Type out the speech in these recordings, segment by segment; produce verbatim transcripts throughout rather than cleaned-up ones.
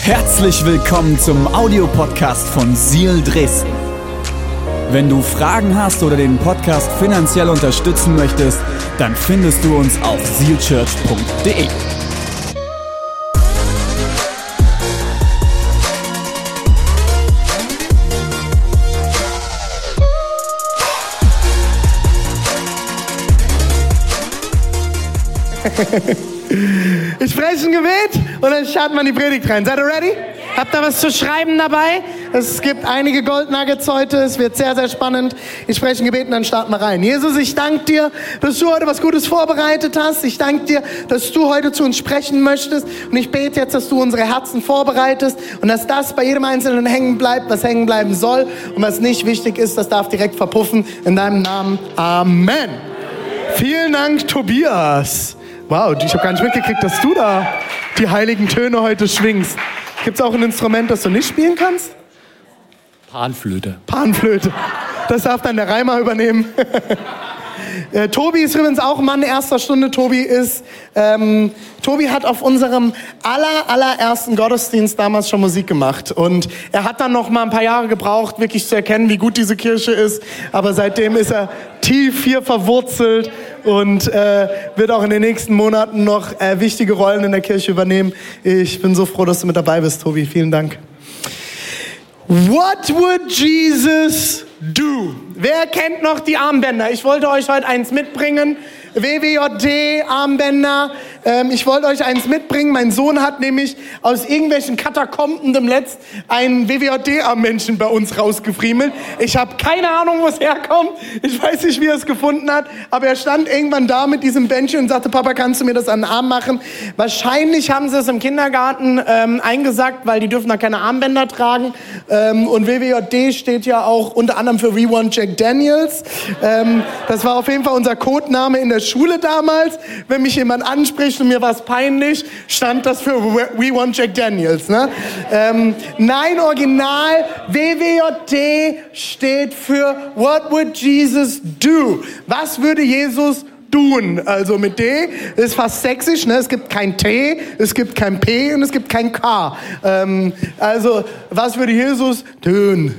Herzlich willkommen zum Audiopodcast von Seal Dresden. Wenn du Fragen hast oder den Podcast finanziell unterstützen möchtest, dann findest du uns auf seal church punkt de. Ich spreche ein Gebet und dann starten wir in die Predigt rein. Seid ihr ready? Habt ihr was zu schreiben dabei? Es gibt einige Gold Nuggets heute. Es wird sehr, sehr spannend. Ich spreche ein Gebet und dann starten wir rein. Jesus, ich danke dir, dass du heute was Gutes vorbereitet hast. Ich danke dir, dass du heute zu uns sprechen möchtest. Und ich bete jetzt, dass du unsere Herzen vorbereitest und dass das bei jedem Einzelnen hängen bleibt, was hängen bleiben soll. Und was nicht wichtig ist, das darf direkt verpuffen. In deinem Namen. Amen. Vielen Dank, Tobias. Wow, ich habe gar nicht mitgekriegt, dass du da die heiligen Töne heute schwingst. Gibt es auch ein Instrument, das du nicht spielen kannst? Panflöte. Panflöte. Das darf dann der Reimer übernehmen. äh, Tobi ist übrigens auch Mann erster Stunde. Tobi ist, ähm, Tobi hat auf unserem aller, allerersten Gottesdienst damals schon Musik gemacht. Und er hat dann noch mal ein paar Jahre gebraucht, wirklich zu erkennen, wie gut diese Kirche ist. Aber seitdem ist er tief hier verwurzelt und äh, wird auch in den nächsten Monaten noch äh, wichtige Rollen in der Kirche übernehmen. Ich bin so froh, dass du mit dabei bist, Tobi. Vielen Dank. What would Jesus do? Wer kennt noch die Armbänder? Ich wollte euch heute eins mitbringen. W W J D-Armbänder. Ähm, ich wollte euch eins mitbringen. Mein Sohn hat nämlich aus irgendwelchen Katakomben dem Letzt einen W W J D-Armmenschen bei uns rausgefriemelt. Ich habe keine Ahnung, wo es herkommt. Ich weiß nicht, wie er es gefunden hat. Aber er stand irgendwann da mit diesem Bändchen und sagte, Papa, kannst du mir das an den Arm machen? Wahrscheinlich haben sie es im Kindergarten ähm, eingesackt, weil die dürfen da keine Armbänder tragen. Ähm, und W W J D steht ja auch unter anderem für We Want Jack Daniels. Ähm, das war auf jeden Fall unser Codename in der Schule damals. Wenn mich jemand anspricht und mir war es peinlich, stand das für We Want Jack Daniels. Ne? Ähm, nein, original, W W J D steht für What would Jesus do? Was würde Jesus tun? Also mit D ist fast sächsisch, ne? Es gibt kein T, es gibt kein P und es gibt kein K. Ähm, also, was würde Jesus tun?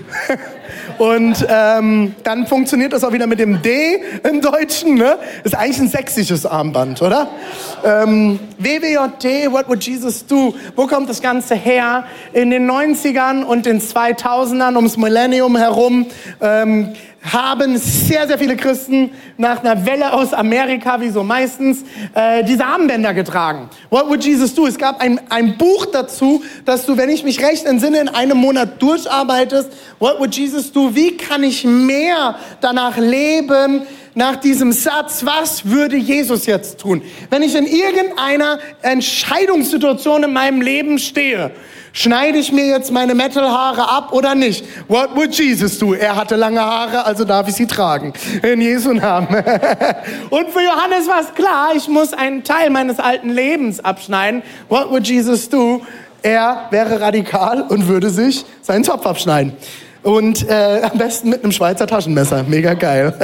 Und ähm, dann funktioniert das auch wieder mit dem D im Deutschen. Ne? Ist eigentlich ein sächsisches Armband, oder? Ähm, W W J D, What would Jesus do? Wo kommt das Ganze her? In den neunzigern und den zweitausendern, ums Millennium herum, ähm, haben sehr, sehr viele Christen nach einer Welle aus Amerika, wie so meistens, äh, diese Armbänder getragen. What would Jesus do? Es gab ein, ein Buch dazu, dass du, wenn ich mich recht entsinne, in einem Monat durcharbeitest. What would Jesus do? Wie kann ich mehr danach leben, nach diesem Satz, was würde Jesus jetzt tun? Wenn ich in irgendeiner Entscheidungssituation in meinem Leben stehe, schneide ich mir jetzt meine Metal-Haare ab oder nicht? What would Jesus do? Er hatte lange Haare, also darf ich sie tragen. In Jesu Namen. Und für Johannes war es klar, ich muss einen Teil meines alten Lebens abschneiden. What would Jesus do? Er wäre radikal und würde sich seinen Zopf abschneiden. Und äh, am besten mit einem Schweizer Taschenmesser. Mega geil.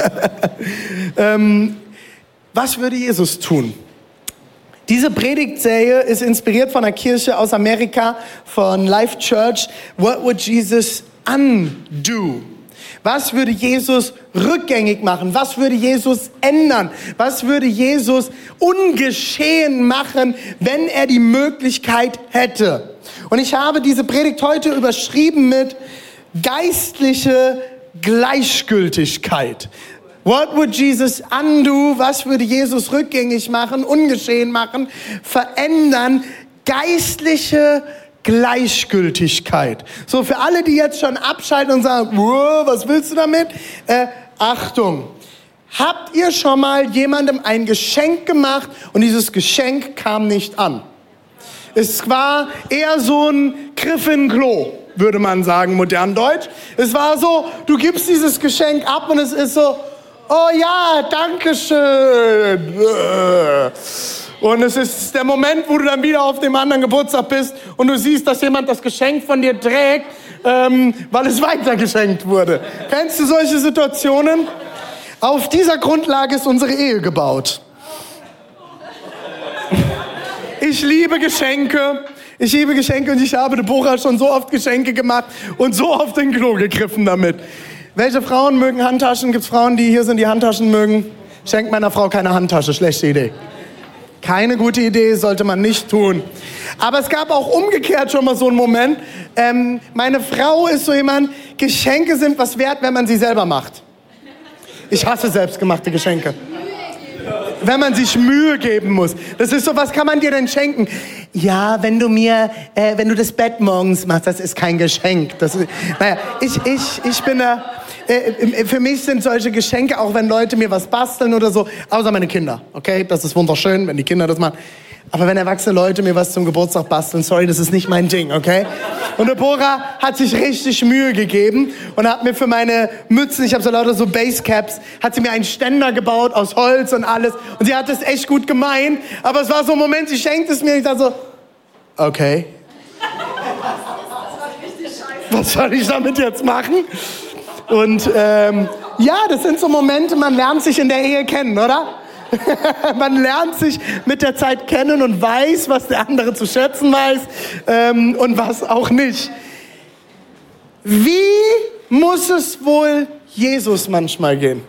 ähm, was würde Jesus tun? Diese Predigtserie ist inspiriert von einer Kirche aus Amerika, von Life Church. What would Jesus undo? Was würde Jesus rückgängig machen? Was würde Jesus ändern? Was würde Jesus ungeschehen machen, wenn er die Möglichkeit hätte? Und ich habe diese Predigt heute überschrieben mit geistliche Gleichgültigkeit. What would Jesus undo? Was würde Jesus rückgängig machen, ungeschehen machen, verändern? Geistliche Gleichgültigkeit. So, für alle, die jetzt schon abschalten und sagen, wow, was willst du damit? Äh, Achtung. Habt ihr schon mal jemandem ein Geschenk gemacht und dieses Geschenk kam nicht an? Es war eher so ein Griff in den Klo, würde man sagen, modern Deutsch. Es war so, du gibst dieses Geschenk ab und es ist so, oh ja, danke schön. Und es ist der Moment, wo du dann wieder auf dem anderen Geburtstag bist und du siehst, dass jemand das Geschenk von dir trägt, ähm, weil es weitergeschenkt wurde. Kennst du solche Situationen? Auf dieser Grundlage ist unsere Ehe gebaut. Ich liebe Geschenke. Ich liebe Geschenke und ich habe Deborah schon so oft Geschenke gemacht und so oft in den Klo gegriffen damit. Welche Frauen mögen Handtaschen? Gibt es Frauen, die hier sind, die Handtaschen mögen? Schenkt meiner Frau keine Handtasche, schlechte Idee. Keine gute Idee, sollte man nicht tun. Aber es gab auch umgekehrt schon mal so einen Moment. Ähm, meine Frau ist so jemand, Geschenke sind was wert, wenn man sie selber macht. Ich hasse selbstgemachte Geschenke. Wenn man sich Mühe geben muss. Das ist so, was kann man dir denn schenken? Ja, wenn du mir, äh, wenn du das Bett morgens machst, das ist kein Geschenk. Das ist, naja, ich, ich, ich bin da, äh, für mich sind solche Geschenke, auch wenn Leute mir was basteln oder so, außer meine Kinder, okay? Das ist wunderschön, wenn die Kinder das machen. Aber wenn erwachsene Leute mir was zum Geburtstag basteln, sorry, das ist nicht mein Ding, okay? Und Deborah hat sich richtig Mühe gegeben und hat mir für meine Mützen, ich habe so lauter so Basecaps, hat sie mir einen Ständer gebaut aus Holz und alles. Und sie hat es echt gut gemeint, aber es war so ein Moment, sie schenkt es mir und ich dachte so, okay. Was soll ich damit jetzt machen? Und ähm, ja, das sind so Momente, man lernt sich in der Ehe kennen, oder? Man lernt sich mit der Zeit kennen und weiß, was der andere zu schätzen weiß ähm, und was auch nicht. Wie muss es wohl Jesus manchmal gehen?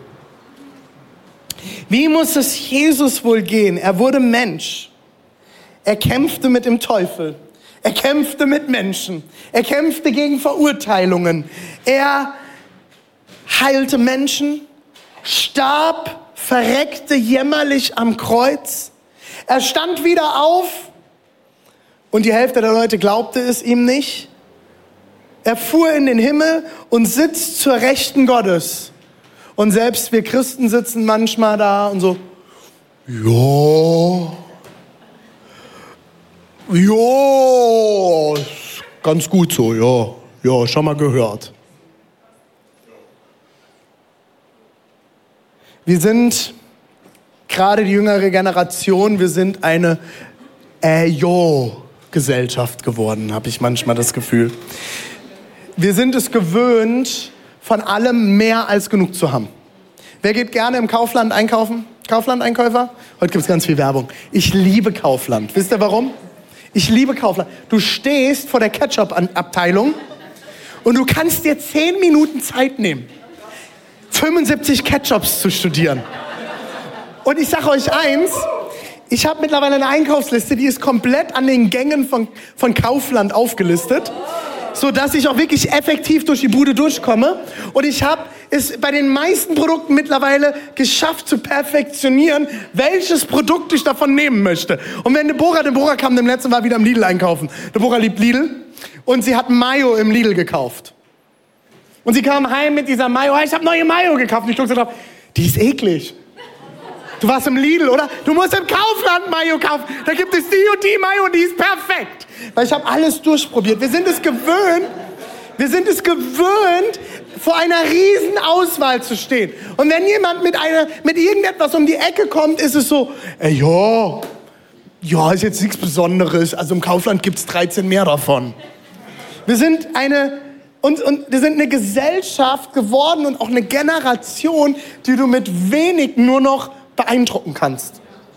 Wie muss es Jesus wohl gehen? Er wurde Mensch. Er kämpfte mit dem Teufel. Er kämpfte mit Menschen. Er kämpfte gegen Verurteilungen. Er heilte Menschen, starb, verreckte jämmerlich am Kreuz. Er stand wieder auf und die Hälfte der Leute glaubte es ihm nicht. Er fuhr in den Himmel und sitzt zur Rechten Gottes. Und selbst wir Christen sitzen manchmal da und so, ja, ja, ist ganz gut so, ja, ja, schon mal gehört. Wir sind, gerade die jüngere Generation, wir sind eine Äh-Jo-Gesellschaft geworden, habe ich manchmal das Gefühl. Wir sind es gewöhnt, von allem mehr als genug zu haben. Wer geht gerne im Kaufland einkaufen? Kaufland-Einkäufer? Heute gibt es ganz viel Werbung. Ich liebe Kaufland. Wisst ihr warum? Ich liebe Kaufland. Du stehst vor der Ketchup-Abteilung und du kannst dir zehn Minuten Zeit nehmen, fünfundsiebzig Ketchups zu studieren. Und ich sage euch eins, ich habe mittlerweile eine Einkaufsliste, die ist komplett an den Gängen von, von Kaufland aufgelistet, sodass ich auch wirklich effektiv durch die Bude durchkomme. Und ich habe es bei den meisten Produkten mittlerweile geschafft zu perfektionieren, welches Produkt ich davon nehmen möchte. Und wenn Deborah, Deborah kam dem letzten Mal wieder im Lidl einkaufen. Deborah liebt Lidl und sie hat Mayo im Lidl gekauft. Und sie kam heim mit dieser Mayo. Ich habe neue Mayo gekauft. Und ich guckte drauf. Die ist eklig. Du warst im Lidl, oder? Du musst im Kaufland Mayo kaufen. Da gibt es die und die Mayo und die ist perfekt. Weil ich habe alles durchprobiert. Wir sind es gewöhnt, wir sind es gewöhnt, vor einer riesen Auswahl zu stehen. Und wenn jemand mit einer, mit irgendetwas um die Ecke kommt, ist es so, ey, ja, ja, ist jetzt nichts Besonderes. Also im Kaufland gibt es dreizehn mehr davon. Wir sind eine Und, und wir sind eine Gesellschaft geworden und auch eine Generation, die du mit wenig nur noch beeindrucken kannst.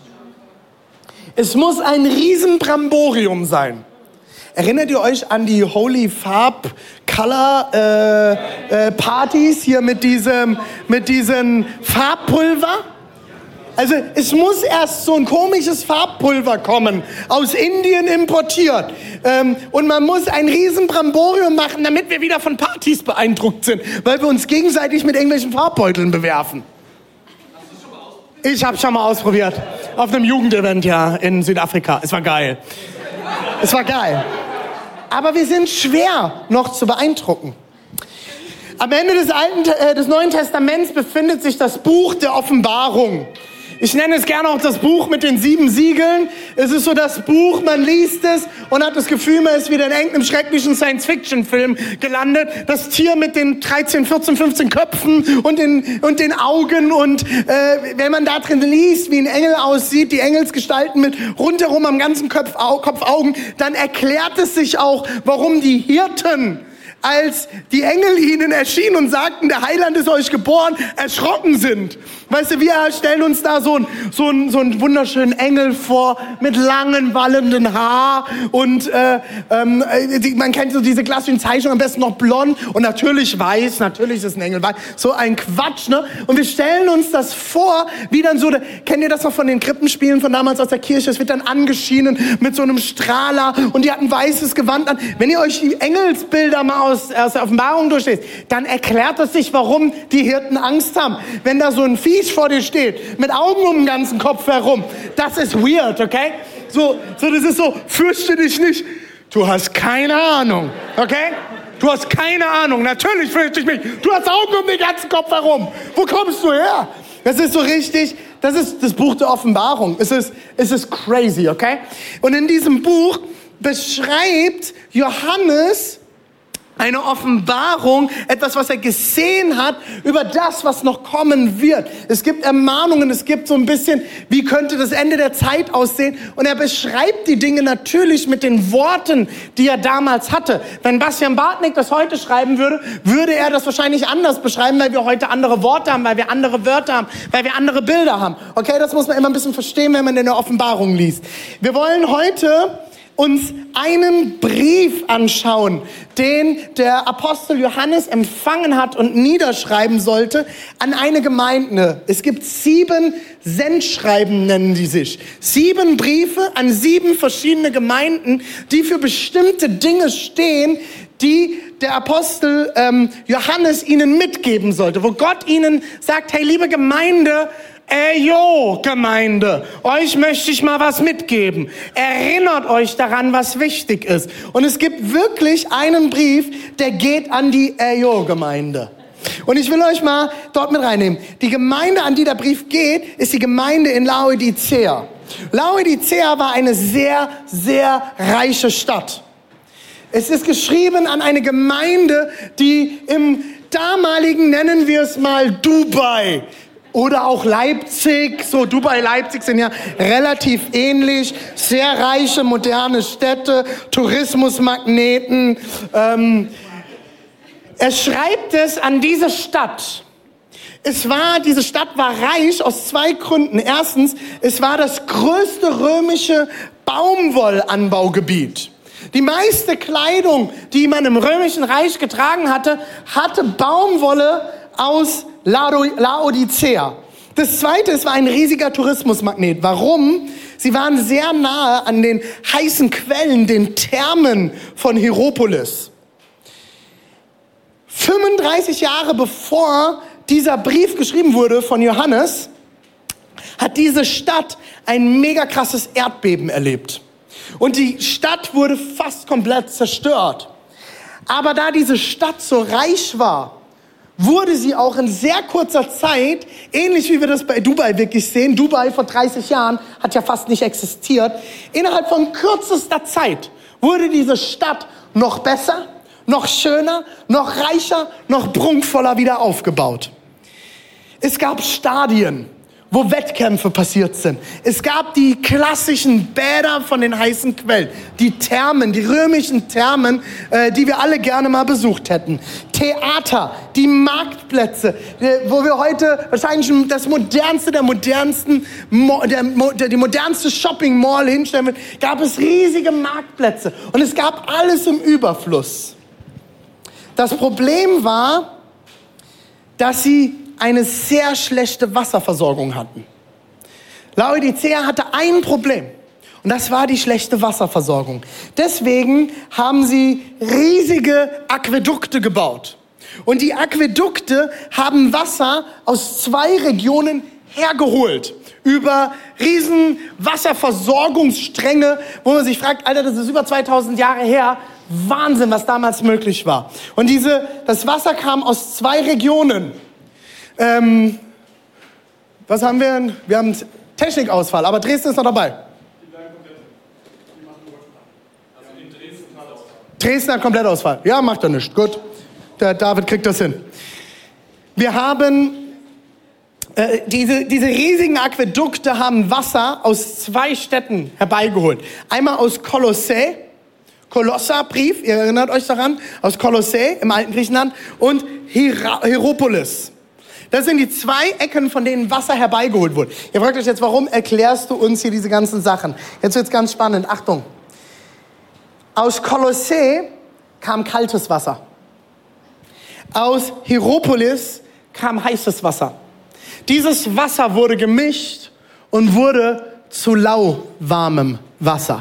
Es muss ein Riesenbramborium sein. Erinnert ihr euch an die Holy Farb Color äh, äh, Partys hier mit diesem, mit diesem Farbpulver? Also es muss erst so ein komisches Farbpulver kommen, aus Indien importiert. Ähm, und man muss ein riesen Bramborium machen, damit wir wieder von Partys beeindruckt sind, weil wir uns gegenseitig mit irgendwelchen Farbbeuteln bewerfen. Ich habe schon mal ausprobiert. Auf einem Jugendevent ja in Südafrika. Es war geil. Es war geil. Aber wir sind schwer noch zu beeindrucken. Am Ende des, Alten, äh, des Neuen Testaments befindet sich das Buch der Offenbarung. Ich nenne es gerne auch das Buch mit den sieben Siegeln. Es ist so das Buch, man liest es und hat das Gefühl, man ist wieder in irgendeinem schrecklichen Science-Fiction-Film gelandet. Das Tier mit den dreizehn, vierzehn, fünfzehn Köpfen und den, und den Augen. Und äh, wenn man da drin liest, wie ein Engel aussieht, die Engelsgestalten mit rundherum am ganzen Kopf, Au, Kopf Augen, dann erklärt es sich auch, warum die Hirten als die Engel ihnen erschienen und sagten, der Heiland ist euch geboren, erschrocken sind. Weißt du, wir stellen uns da so einen so einen, so einen wunderschönen Engel vor mit langen, wallenden Haar und äh, ähm, die, man kennt so diese klassischen Zeichnungen, am besten noch blond und natürlich weiß, natürlich ist ein Engel weiß. So ein Quatsch, ne? Und wir stellen uns das vor, wie dann so, kennt ihr das noch von den Krippenspielen von damals aus der Kirche? Es wird dann angeschienen mit so einem Strahler und die hatten weißes Gewand an. Wenn ihr euch die Engelsbilder mal aus, aus der Offenbarung durchlest, dann erklärt es sich, warum die Hirten Angst haben. Wenn da so ein Viech vor dir steht, mit Augen um den ganzen Kopf herum, das ist weird, okay? So, so das ist so, fürchte dich nicht. Du hast keine Ahnung, okay? Du hast keine Ahnung, natürlich fürchte ich mich. Du hast Augen um den ganzen Kopf herum. Wo kommst du her? Das ist so richtig, das ist das Buch der Offenbarung. Es ist, es ist crazy, okay? Und in diesem Buch beschreibt Johannes eine Offenbarung, etwas, was er gesehen hat über das, was noch kommen wird. Es gibt Ermahnungen, es gibt so ein bisschen, wie könnte das Ende der Zeit aussehen? Und er beschreibt die Dinge natürlich mit den Worten, die er damals hatte. Wenn Bastian Bartnick das heute schreiben würde, würde er das wahrscheinlich anders beschreiben, weil wir heute andere Worte haben, weil wir andere Wörter haben, weil wir andere Bilder haben. Okay, das muss man immer ein bisschen verstehen, wenn man in der Offenbarung liest. Wir wollen heute uns einen Brief anschauen, den der Apostel Johannes empfangen hat und niederschreiben sollte an eine Gemeinde. Es gibt sieben Sendschreiben, nennen die sich. Sieben Briefe an sieben verschiedene Gemeinden, die für bestimmte Dinge stehen, die der Apostel ähm, Johannes ihnen mitgeben sollte, wo Gott ihnen sagt, hey, liebe Gemeinde, Ey, yo, Gemeinde, euch möchte ich mal was mitgeben. Erinnert euch daran, was wichtig ist. Und es gibt wirklich einen Brief, der geht an die Ey, yo, Gemeinde. Und ich will euch mal dort mit reinnehmen. Die Gemeinde, an die der Brief geht, ist die Gemeinde in Laodicea. Laodicea war eine sehr, sehr reiche Stadt. Es ist geschrieben an eine Gemeinde, die im damaligen, nennen wir es mal, Dubai, oder auch Leipzig, so Dubai, Leipzig sind ja relativ ähnlich, sehr reiche, moderne Städte, Tourismusmagneten. Ähm, er schreibt es an diese Stadt. Es war, diese Stadt war reich aus zwei Gründen. Erstens, es war das größte römische Baumwollanbaugebiet. Die meiste Kleidung, die man im römischen Reich getragen hatte, hatte Baumwolle aus Laodicea. Das zweite, es war ein riesiger Tourismusmagnet. Warum? Sie waren sehr nahe an den heißen Quellen, den Thermen von Hierapolis. fünfunddreißig Jahre bevor dieser Brief geschrieben wurde von Johannes, hat diese Stadt ein mega krasses Erdbeben erlebt. Und die Stadt wurde fast komplett zerstört. Aber da diese Stadt so reich war, wurde sie auch in sehr kurzer Zeit, ähnlich wie wir das bei Dubai wirklich sehen, Dubai vor dreißig Jahren hat ja fast nicht existiert, innerhalb von kürzester Zeit wurde diese Stadt noch besser, noch schöner, noch reicher, noch prunkvoller wieder aufgebaut. Es gab Stadien, wo Wettkämpfe passiert sind. Es gab die klassischen Bäder von den heißen Quellen, die Thermen, die römischen Thermen, äh, die wir alle gerne mal besucht hätten. Theater, die Marktplätze, äh, wo wir heute wahrscheinlich das modernste der modernsten, Mo- der, der, die modernste Shopping Mall hinstellen wird, gab es riesige Marktplätze und es gab alles im Überfluss. Das Problem war, dass sie eine sehr schlechte Wasserversorgung hatten. Laodicea hatte ein Problem und das war die schlechte Wasserversorgung. Deswegen haben sie riesige Aquädukte gebaut. Und die Aquädukte haben Wasser aus zwei Regionen hergeholt. Über riesen Wasserversorgungsstränge, wo man sich fragt, Alter, das ist über zweitausend Jahre her. Wahnsinn, was damals möglich war. Und diese, das Wasser kam aus zwei Regionen. Ähm, was haben wir denn? Wir haben Technikausfall, aber Dresden ist noch dabei. Dresden hat Komplettausfall. Ja, macht er nicht. Gut. Der David kriegt das hin. Wir haben äh, diese, diese riesigen Aquädukte haben Wasser aus zwei Städten herbeigeholt. Einmal aus Kolossee. Kolosserbrief, ihr erinnert euch daran, aus Kolossä im alten Griechenland und Hier- Hieropolis. Das sind die zwei Ecken, von denen Wasser herbeigeholt wurde. Ihr fragt euch jetzt, warum erklärst du uns hier diese ganzen Sachen? Jetzt wird's ganz spannend. Achtung. Aus Kolossä kam kaltes Wasser. Aus Hieropolis kam heißes Wasser. Dieses Wasser wurde gemischt und wurde zu lauwarmem Wasser.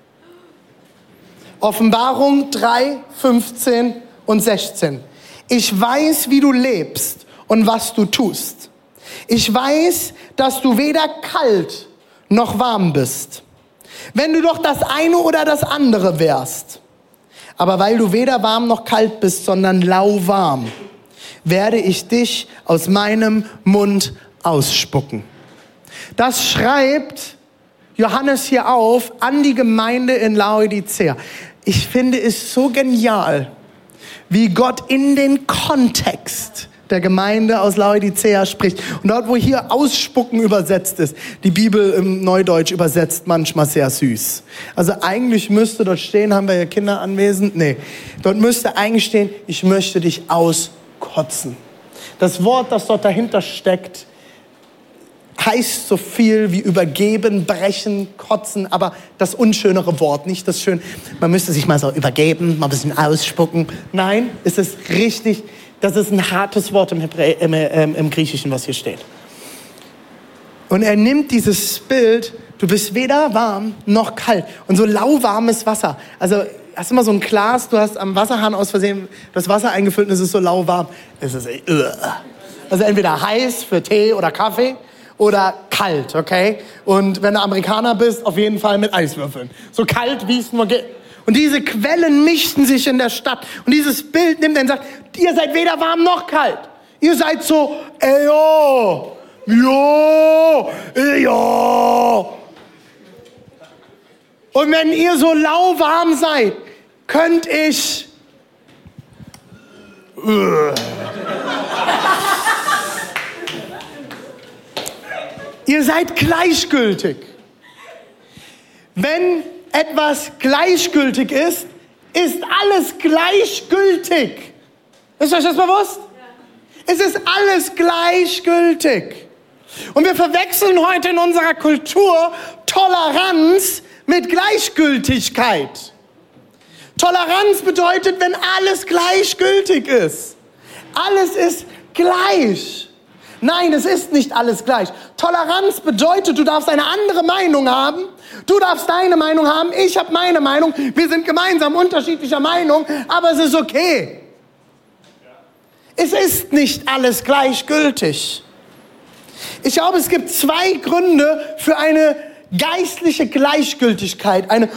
Offenbarung drei, fünfzehn und sechzehn. Ich weiß, wie du lebst und was du tust. Ich weiß, dass du weder kalt noch warm bist. Wenn du doch das eine oder das andere wärst. Aber weil du weder warm noch kalt bist, sondern lauwarm, werde ich dich aus meinem Mund ausspucken. Das schreibt Johannes hier auf an die Gemeinde in Laodicea. Ich finde es so genial, wie Gott in den Kontext der Gemeinde aus Laodicea spricht. Und dort, wo hier ausspucken übersetzt ist, die Bibel im Neudeutsch übersetzt manchmal sehr süß. Also eigentlich müsste dort stehen, haben wir ja Kinder anwesend? Nee, dort müsste eigentlich stehen, ich möchte dich auskotzen. Das Wort, das dort dahinter steckt, heißt so viel wie übergeben, brechen, kotzen, aber das unschönere Wort, nicht das schön. Man müsste sich mal so übergeben, mal ein bisschen ausspucken. Nein, es ist richtig, das ist ein hartes Wort im, Hebrä- im, im, im Griechischen, was hier steht. Und er nimmt dieses Bild, du bist weder warm noch kalt. Und so lauwarmes Wasser. Also hast du mal so ein Glas, du hast am Wasserhahn aus Versehen das Wasser eingefüllt und es ist so lauwarm. Es ist, also entweder heiß für Tee oder Kaffee oder kalt, okay? Und wenn du Amerikaner bist, auf jeden Fall mit Eiswürfeln. So kalt, wie es nur geht. Und diese Quellen mischten sich in der Stadt. Und dieses Bild nimmt er und sagt, ihr seid weder warm noch kalt. Ihr seid so, ey, yo, yo, ey, yo. Und wenn ihr so lauwarm seid, könnt ich... Ihr seid gleichgültig. Wenn etwas gleichgültig ist, ist alles gleichgültig. Ist euch das bewusst? Ja. Es ist alles gleichgültig. Und wir verwechseln heute in unserer Kultur Toleranz mit Gleichgültigkeit. Toleranz bedeutet, wenn alles gleichgültig ist. Alles ist gleich. Nein, es ist nicht alles gleich. Toleranz bedeutet, du darfst eine andere Meinung haben. Du darfst deine Meinung haben. Ich habe meine Meinung. Wir sind gemeinsam unterschiedlicher Meinung, aber es ist okay. Es ist nicht alles gleichgültig. Ich glaube, es gibt zwei Gründe für eine geistliche Gleichgültigkeit, eine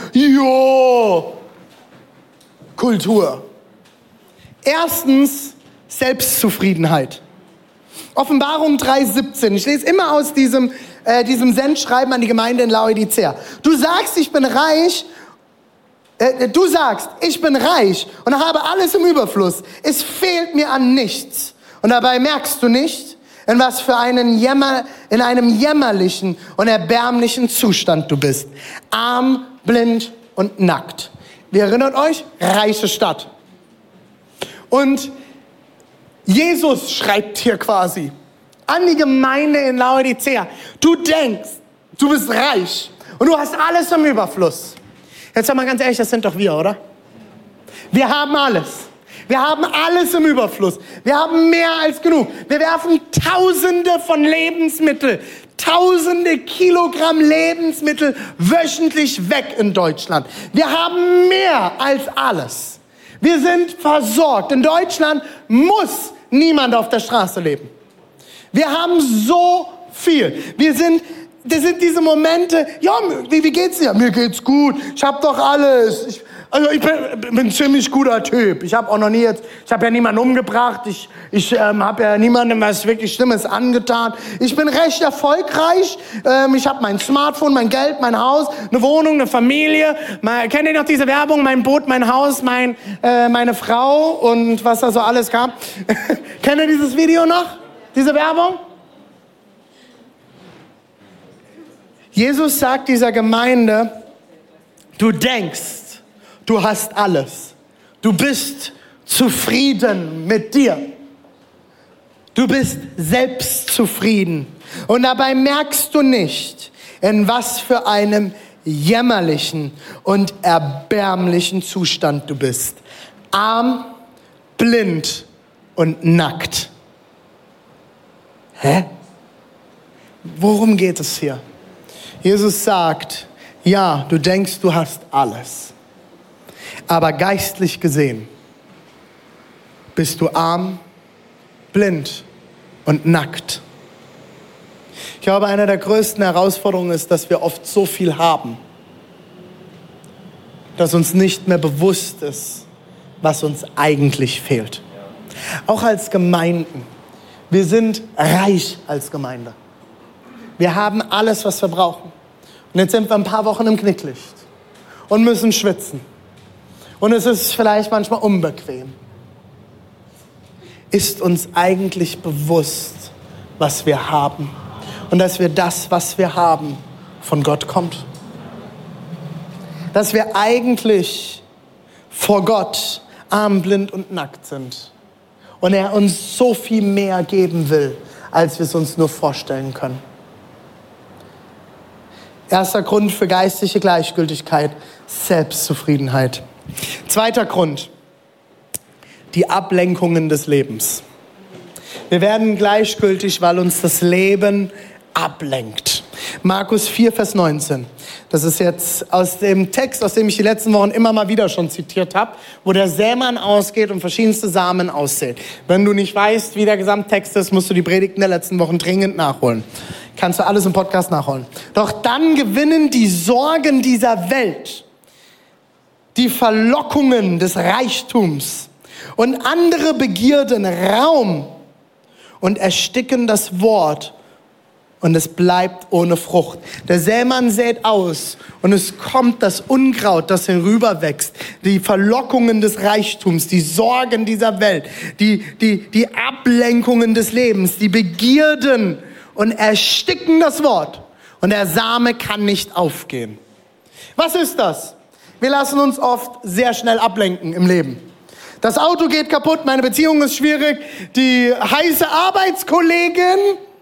Jo-Kultur. Erstens Selbstzufriedenheit. Offenbarung drei siebzehn. Ich lese immer aus diesem, äh, diesem Sendschreiben an die Gemeinde in Laodicea. Du sagst, ich bin reich. Äh, du sagst, ich bin reich und habe alles im Überfluss. Es fehlt mir an nichts. Und dabei merkst du nicht, in was für einen Jämmer, in einem jämmerlichen und erbärmlichen Zustand du bist. Arm, blind und nackt. Ihr erinnert euch? Reiche Stadt. Und Jesus schreibt hier quasi an die Gemeinde in Laodicea. Du denkst, du bist reich und du hast alles im Überfluss. Jetzt sag mal ganz ehrlich, das sind doch wir, oder? Wir haben alles. Wir haben alles im Überfluss. Wir haben mehr als genug. Wir werfen Tausende von Lebensmitteln, Tausende Kilogramm Lebensmittel wöchentlich weg in Deutschland. Wir haben mehr als alles. Wir sind versorgt. In Deutschland muss niemand auf der Straße leben. Wir haben so viel. Wir sind, das sind diese Momente, ja, wie, wie geht's dir? Mir geht's gut. Ich hab doch alles. Ich, also ich bin, bin ein ziemlich guter Typ. Ich habe auch noch nie jetzt, ich habe ja niemanden umgebracht. Ich, ich ähm, habe ja niemandem was wirklich Schlimmes angetan. Ich bin recht erfolgreich. Ähm, ich habe mein Smartphone, mein Geld, mein Haus, eine Wohnung, eine Familie. Mal, kennt ihr noch diese Werbung? Mein Boot, mein Haus, mein, äh, meine Frau und was da so alles kam. Kennt ihr dieses Video noch? Diese Werbung? Jesus sagt dieser Gemeinde, du denkst, du hast alles. Du bist zufrieden mit dir. Du bist selbstzufrieden. Und dabei merkst du nicht, in was für einem jämmerlichen und erbärmlichen Zustand du bist. Arm, blind und nackt. Hä? Worum geht es hier? Jesus sagt, ja, du denkst, du hast alles. Aber geistlich gesehen bist du arm, blind und nackt. Ich glaube, eine der größten Herausforderungen ist, dass wir oft so viel haben, dass uns nicht mehr bewusst ist, was uns eigentlich fehlt. Auch als Gemeinden. Wir sind reich als Gemeinde. Wir haben alles, was wir brauchen. Und jetzt sind wir ein paar Wochen im Knicklicht und müssen schwitzen. Und es ist vielleicht manchmal unbequem. Ist uns eigentlich bewusst, was wir haben? Und dass wir das, was wir haben, von Gott kommt? Dass wir eigentlich vor Gott arm, blind und nackt sind. Und er uns so viel mehr geben will, als wir es uns nur vorstellen können. Erster Grund für geistliche Gleichgültigkeit, Selbstzufriedenheit. Zweiter Grund, die Ablenkungen des Lebens. Wir werden gleichgültig, weil uns das Leben ablenkt. Markus vier, Vers neunzehn. Das ist jetzt aus dem Text, aus dem ich die letzten Wochen immer mal wieder schon zitiert habe, wo der Sämann ausgeht und verschiedenste Samen aussät. Wenn du nicht weißt, wie der Gesamttext ist, musst du die Predigten der letzten Wochen dringend nachholen. Kannst du alles im Podcast nachholen. Doch dann gewinnen die Sorgen dieser Welt, die Verlockungen des Reichtums und andere Begierden Raum und ersticken das Wort und es bleibt ohne Frucht. Der Sämann sät aus und es kommt das Unkraut, das herüberwächst, die Verlockungen des Reichtums, die Sorgen dieser Welt, die, die, die Ablenkungen des Lebens, die Begierden und ersticken das Wort und der Same kann nicht aufgehen. Was ist das? Wir lassen uns oft sehr schnell ablenken im Leben. Das Auto geht kaputt, meine Beziehung ist schwierig, die heiße Arbeitskollegin,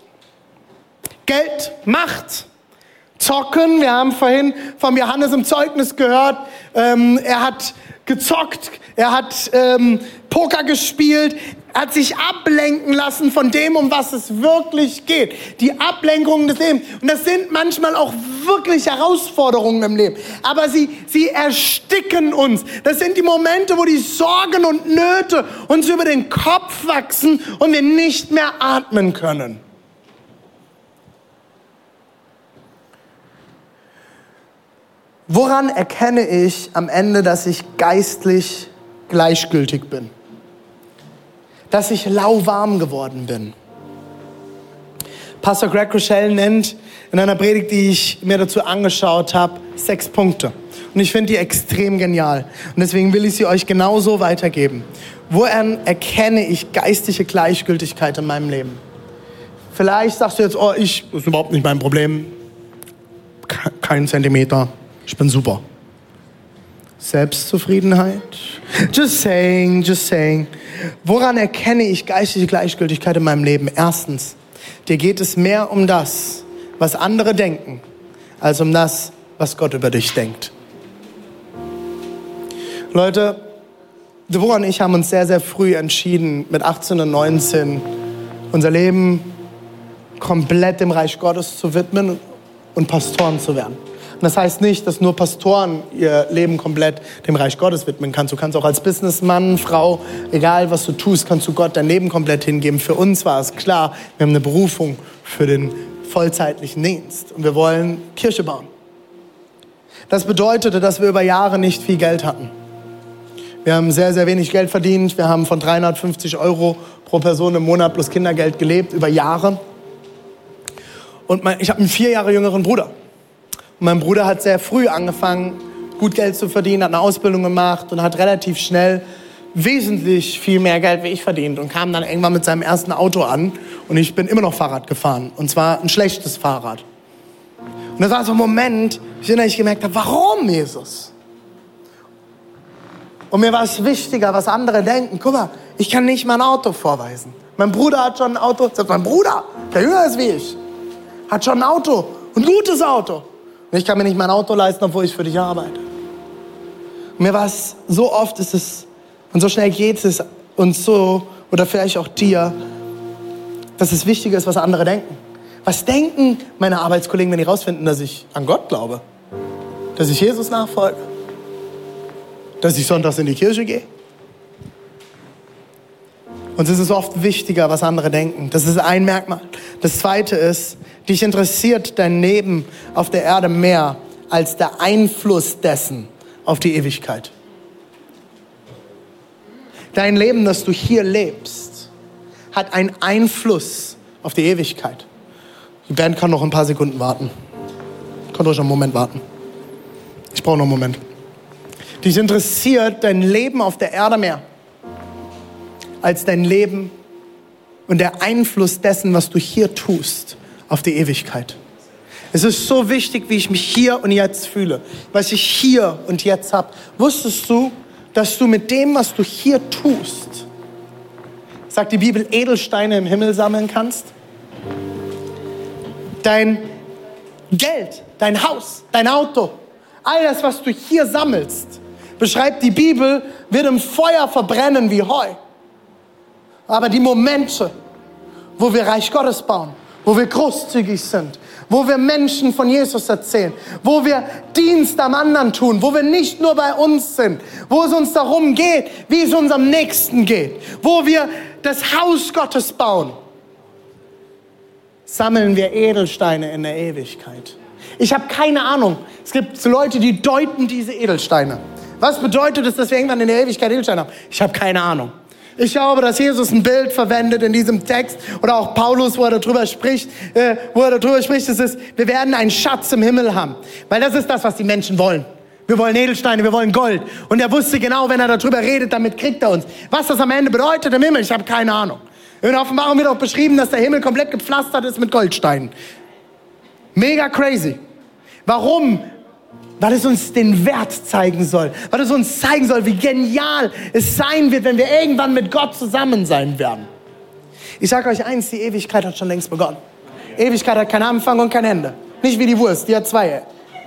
Geld, Macht, Zocken. Wir haben vorhin vom Johannes im Zeugnis gehört, ähm, er hat gezockt, er hat ähm, Poker gespielt, er hat sich ablenken lassen von dem, um was es wirklich geht. Die Ablenkungen des Lebens. Und das sind manchmal auch wirklich Herausforderungen im Leben. Aber sie, sie ersticken uns. Das sind die Momente, wo die Sorgen und Nöte uns über den Kopf wachsen und wir nicht mehr atmen können. Woran erkenne ich am Ende, dass ich geistlich gleichgültig bin? Dass ich lauwarm geworden bin? Pastor Greg Rochelle nennt in einer Predigt, die ich mir dazu angeschaut habe, sechs Punkte. Und ich finde die extrem genial. Und deswegen will ich sie euch genauso weitergeben. Woran erkenne ich geistliche Gleichgültigkeit in meinem Leben? Vielleicht sagst du jetzt, oh, ich, das ist überhaupt nicht mein Problem. Kein Zentimeter. Ich bin super. Selbstzufriedenheit. Just saying, just saying. Woran erkenne ich geistliche Gleichgültigkeit in meinem Leben? Erstens, dir geht es mehr um das, was andere denken, als um das, was Gott über dich denkt. Leute, Deborah und ich haben uns sehr, sehr früh entschieden, mit achtzehn und neunzehn unser Leben komplett dem Reich Gottes zu widmen und Pastoren zu werden. Und das heißt nicht, dass nur Pastoren ihr Leben komplett dem Reich Gottes widmen kannst. Du kannst auch als Businessmann, Frau, egal was du tust, kannst du Gott dein Leben komplett hingeben. Für uns war es klar, wir haben eine Berufung für den vollzeitlichen Dienst. Und wir wollen Kirche bauen. Das bedeutete, dass wir über Jahre nicht viel Geld hatten. Wir haben sehr, sehr wenig Geld verdient. Wir haben von dreihundertfünfzig Euro pro Person im Monat plus Kindergeld gelebt, über Jahre. Und mein, ich habe einen vier Jahre jüngeren Bruder. Und mein Bruder hat sehr früh angefangen, gut Geld zu verdienen, hat eine Ausbildung gemacht und hat relativ schnell wesentlich viel mehr Geld wie ich verdient und kam dann irgendwann mit seinem ersten Auto an und ich bin immer noch Fahrrad gefahren und zwar ein schlechtes Fahrrad. Und das war so ein Moment, in dem ich gemerkt habe, warum, Jesus? Und mir war es wichtiger, was andere denken. Guck mal, ich kann nicht mal ein Auto vorweisen. Mein Bruder hat schon ein Auto. Sagt mein Bruder, der jünger ist wie ich, hat schon ein Auto. Ein gutes Auto. Und ich kann mir nicht mein Auto leisten, obwohl ich für dich arbeite. Und mir war es, so oft ist es, und so schnell geht es uns so, oder vielleicht auch dir, dass es wichtiger ist, was andere denken. Was denken meine Arbeitskollegen, wenn die rausfinden, dass ich an Gott glaube? Dass ich Jesus nachfolge? Dass ich sonntags in die Kirche gehe? Und es ist oft wichtiger, was andere denken. Das ist ein Merkmal. Das zweite ist, dich interessiert dein Leben auf der Erde mehr als der Einfluss dessen auf die Ewigkeit. Dein Leben, das du hier lebst, hat einen Einfluss auf die Ewigkeit. Die Band kann noch ein paar Sekunden warten. Könnt euch noch einen Moment warten. Ich brauche noch einen Moment. Dich interessiert dein Leben auf der Erde mehr als dein Leben und der Einfluss dessen, was du hier tust, auf die Ewigkeit. Es ist so wichtig, wie ich mich hier und jetzt fühle, was ich hier und jetzt habe. Wusstest du, dass du mit dem, was du hier tust, sagt die Bibel, Edelsteine im Himmel sammeln kannst? Dein Geld, dein Haus, dein Auto, all das, was du hier sammelst, beschreibt die Bibel, wird im Feuer verbrennen wie Heu. Aber die Momente, wo wir Reich Gottes bauen, wo wir großzügig sind, wo wir Menschen von Jesus erzählen, wo wir Dienst am anderen tun, wo wir nicht nur bei uns sind, wo es uns darum geht, wie es unserem Nächsten geht, wo wir das Haus Gottes bauen, sammeln wir Edelsteine in der Ewigkeit. Ich habe keine Ahnung. Es gibt Leute, die deuten diese Edelsteine. Was bedeutet es, dass wir irgendwann in der Ewigkeit Edelsteine haben? Ich habe keine Ahnung. Ich glaube, dass Jesus ein Bild verwendet in diesem Text oder auch Paulus, wo er darüber spricht, äh, wo er darüber spricht, es ist, wir werden einen Schatz im Himmel haben. Weil das ist das, was die Menschen wollen. Wir wollen Edelsteine, wir wollen Gold. Und er wusste genau, wenn er darüber redet, damit kriegt er uns. Was das am Ende bedeutet im Himmel, ich habe keine Ahnung. In der Offenbarung wird auch beschrieben, dass der Himmel komplett gepflastert ist mit Goldsteinen. Mega crazy. Warum? Weil es uns den Wert zeigen soll. Weil es uns zeigen soll, wie genial es sein wird, wenn wir irgendwann mit Gott zusammen sein werden. Ich sage euch eins, die Ewigkeit hat schon längst begonnen. Ewigkeit hat keinen Anfang und kein Ende. Nicht wie die Wurst, die hat zwei.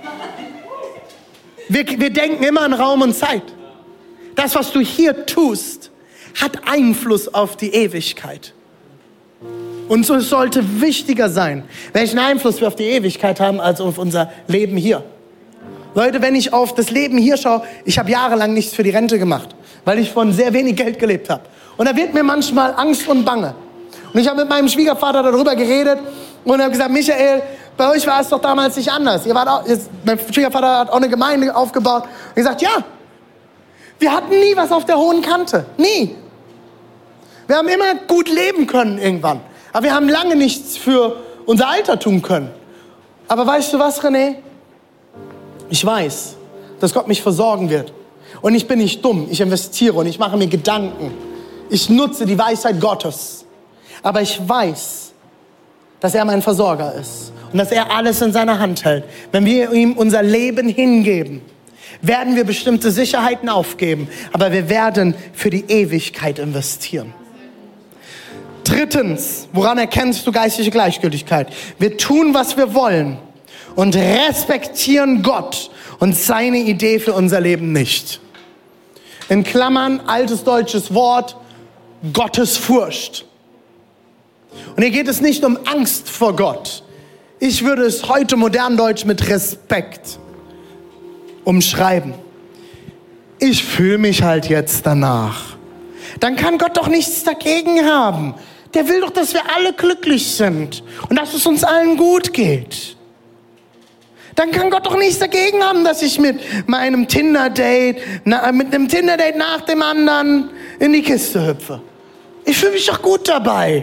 Wir, wir denken immer an Raum und Zeit. Das, was du hier tust, hat Einfluss auf die Ewigkeit. Und so sollte wichtiger sein, welchen Einfluss wir auf die Ewigkeit haben, als auf unser Leben hier. Leute, wenn ich auf das Leben hier schaue, ich habe jahrelang nichts für die Rente gemacht, weil ich von sehr wenig Geld gelebt habe. Und da wird mir manchmal Angst und Bange. Und ich habe mit meinem Schwiegervater darüber geredet und habe gesagt, Michael, bei euch war es doch damals nicht anders. Ihr wart auch, jetzt, mein Schwiegervater hat auch eine Gemeinde aufgebaut. Und gesagt, ja, wir hatten nie was auf der hohen Kante. Nie. Wir haben immer gut leben können irgendwann. Aber wir haben lange nichts für unser Alter tun können. Aber weißt du was, René? Ich weiß, dass Gott mich versorgen wird. Und ich bin nicht dumm. Ich investiere und ich mache mir Gedanken. Ich nutze die Weisheit Gottes. Aber ich weiß, dass er mein Versorger ist. Und dass er alles in seiner Hand hält. Wenn wir ihm unser Leben hingeben, werden wir bestimmte Sicherheiten aufgeben. Aber wir werden für die Ewigkeit investieren. Drittens, woran erkennst du geistliche Gleichgültigkeit? Wir tun, was wir wollen und respektieren Gott und seine Idee für unser Leben nicht. In Klammern, altes deutsches Wort, Gottesfurcht. Und hier geht es nicht um Angst vor Gott. Ich würde es heute modern deutsch mit Respekt umschreiben. Ich fühle mich halt jetzt danach. Dann kann Gott doch nichts dagegen haben. Der will doch, dass wir alle glücklich sind und dass es uns allen gut geht. Dann kann Gott doch nichts dagegen haben, dass ich mit meinem Tinder-Date, na, mit einem Tinder-Date nach dem anderen in die Kiste hüpfe. Ich fühle mich doch gut dabei,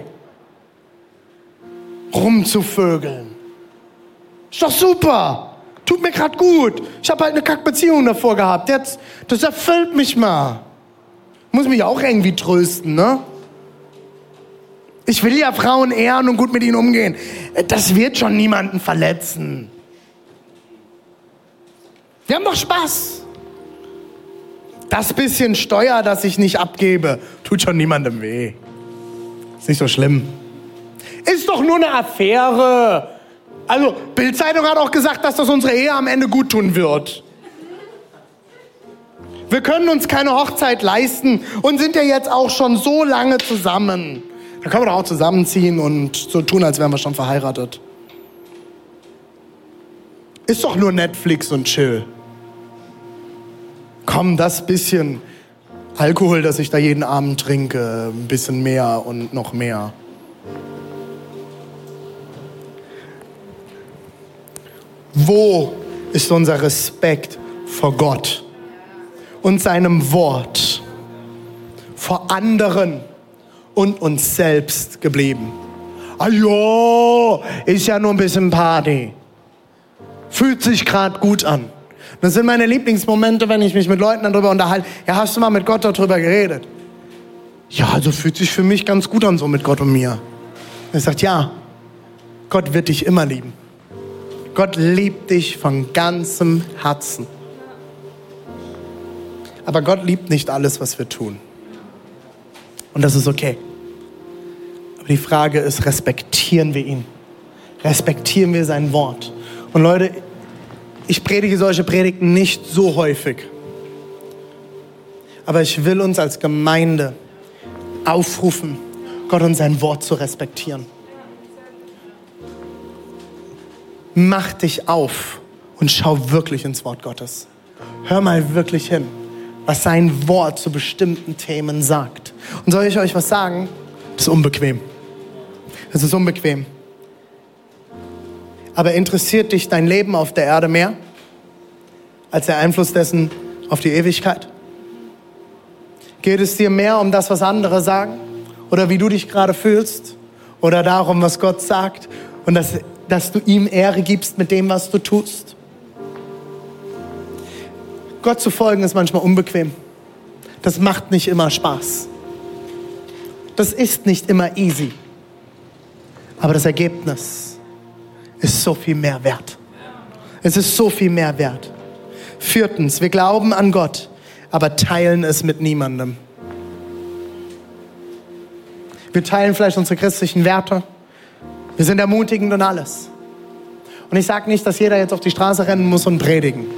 rumzuvögeln. Ist doch super. Tut mir gerade gut. Ich habe halt eine Kackbeziehung davor gehabt. Jetzt, das erfüllt mich mal. Muss mich auch irgendwie trösten, ne? Ich will ja Frauen ehren und gut mit ihnen umgehen. Das wird schon niemanden verletzen. Wir haben doch Spaß. Das bisschen Steuer, das ich nicht abgebe, tut schon niemandem weh. Ist nicht so schlimm. Ist doch nur eine Affäre. Also, Bild-Zeitung hat auch gesagt, dass das unsere Ehe am Ende gut tun wird. Wir können uns keine Hochzeit leisten und sind ja jetzt auch schon so lange zusammen. Da können wir doch auch zusammenziehen und so tun, als wären wir schon verheiratet. Ist doch nur Netflix und Chill. Komm, das bisschen Alkohol, das ich da jeden Abend trinke, ein bisschen mehr und noch mehr. Wo ist unser Respekt vor Gott und seinem Wort, vor anderen und uns selbst geblieben? Ah ja, ist ja nur ein bisschen Party. Fühlt sich gerade gut an. Das sind meine Lieblingsmomente, wenn ich mich mit Leuten darüber unterhalte. Ja, hast du mal mit Gott darüber geredet? Ja, also fühlt sich für mich ganz gut an, so mit Gott und mir. Er sagt, ja, Gott wird dich immer lieben. Gott liebt dich von ganzem Herzen. Aber Gott liebt nicht alles, was wir tun. Und das ist okay. Aber die Frage ist, respektieren wir ihn? Respektieren wir sein Wort? Und Leute, ich predige solche Predigten nicht so häufig. Aber ich will uns als Gemeinde aufrufen, Gott und sein Wort zu respektieren. Mach dich auf und schau wirklich ins Wort Gottes. Hör mal wirklich hin, was sein Wort zu bestimmten Themen sagt. Und soll ich euch was sagen? Das ist unbequem. Das ist unbequem. Aber interessiert dich dein Leben auf der Erde mehr als der Einfluss dessen auf die Ewigkeit? Geht es dir mehr um das, was andere sagen? Oder wie du dich gerade fühlst? Oder darum, was Gott sagt? Und dass, dass du ihm Ehre gibst mit dem, was du tust? Gott zu folgen ist manchmal unbequem. Das macht nicht immer Spaß. Das ist nicht immer easy. Aber das Ergebnis ist so viel mehr wert. Es ist so viel mehr wert. Viertens, wir glauben an Gott, aber teilen es mit niemandem. Wir teilen vielleicht unsere christlichen Werte. Wir sind ermutigend und alles. Und ich sage nicht, dass jeder jetzt auf die Straße rennen muss und predigen.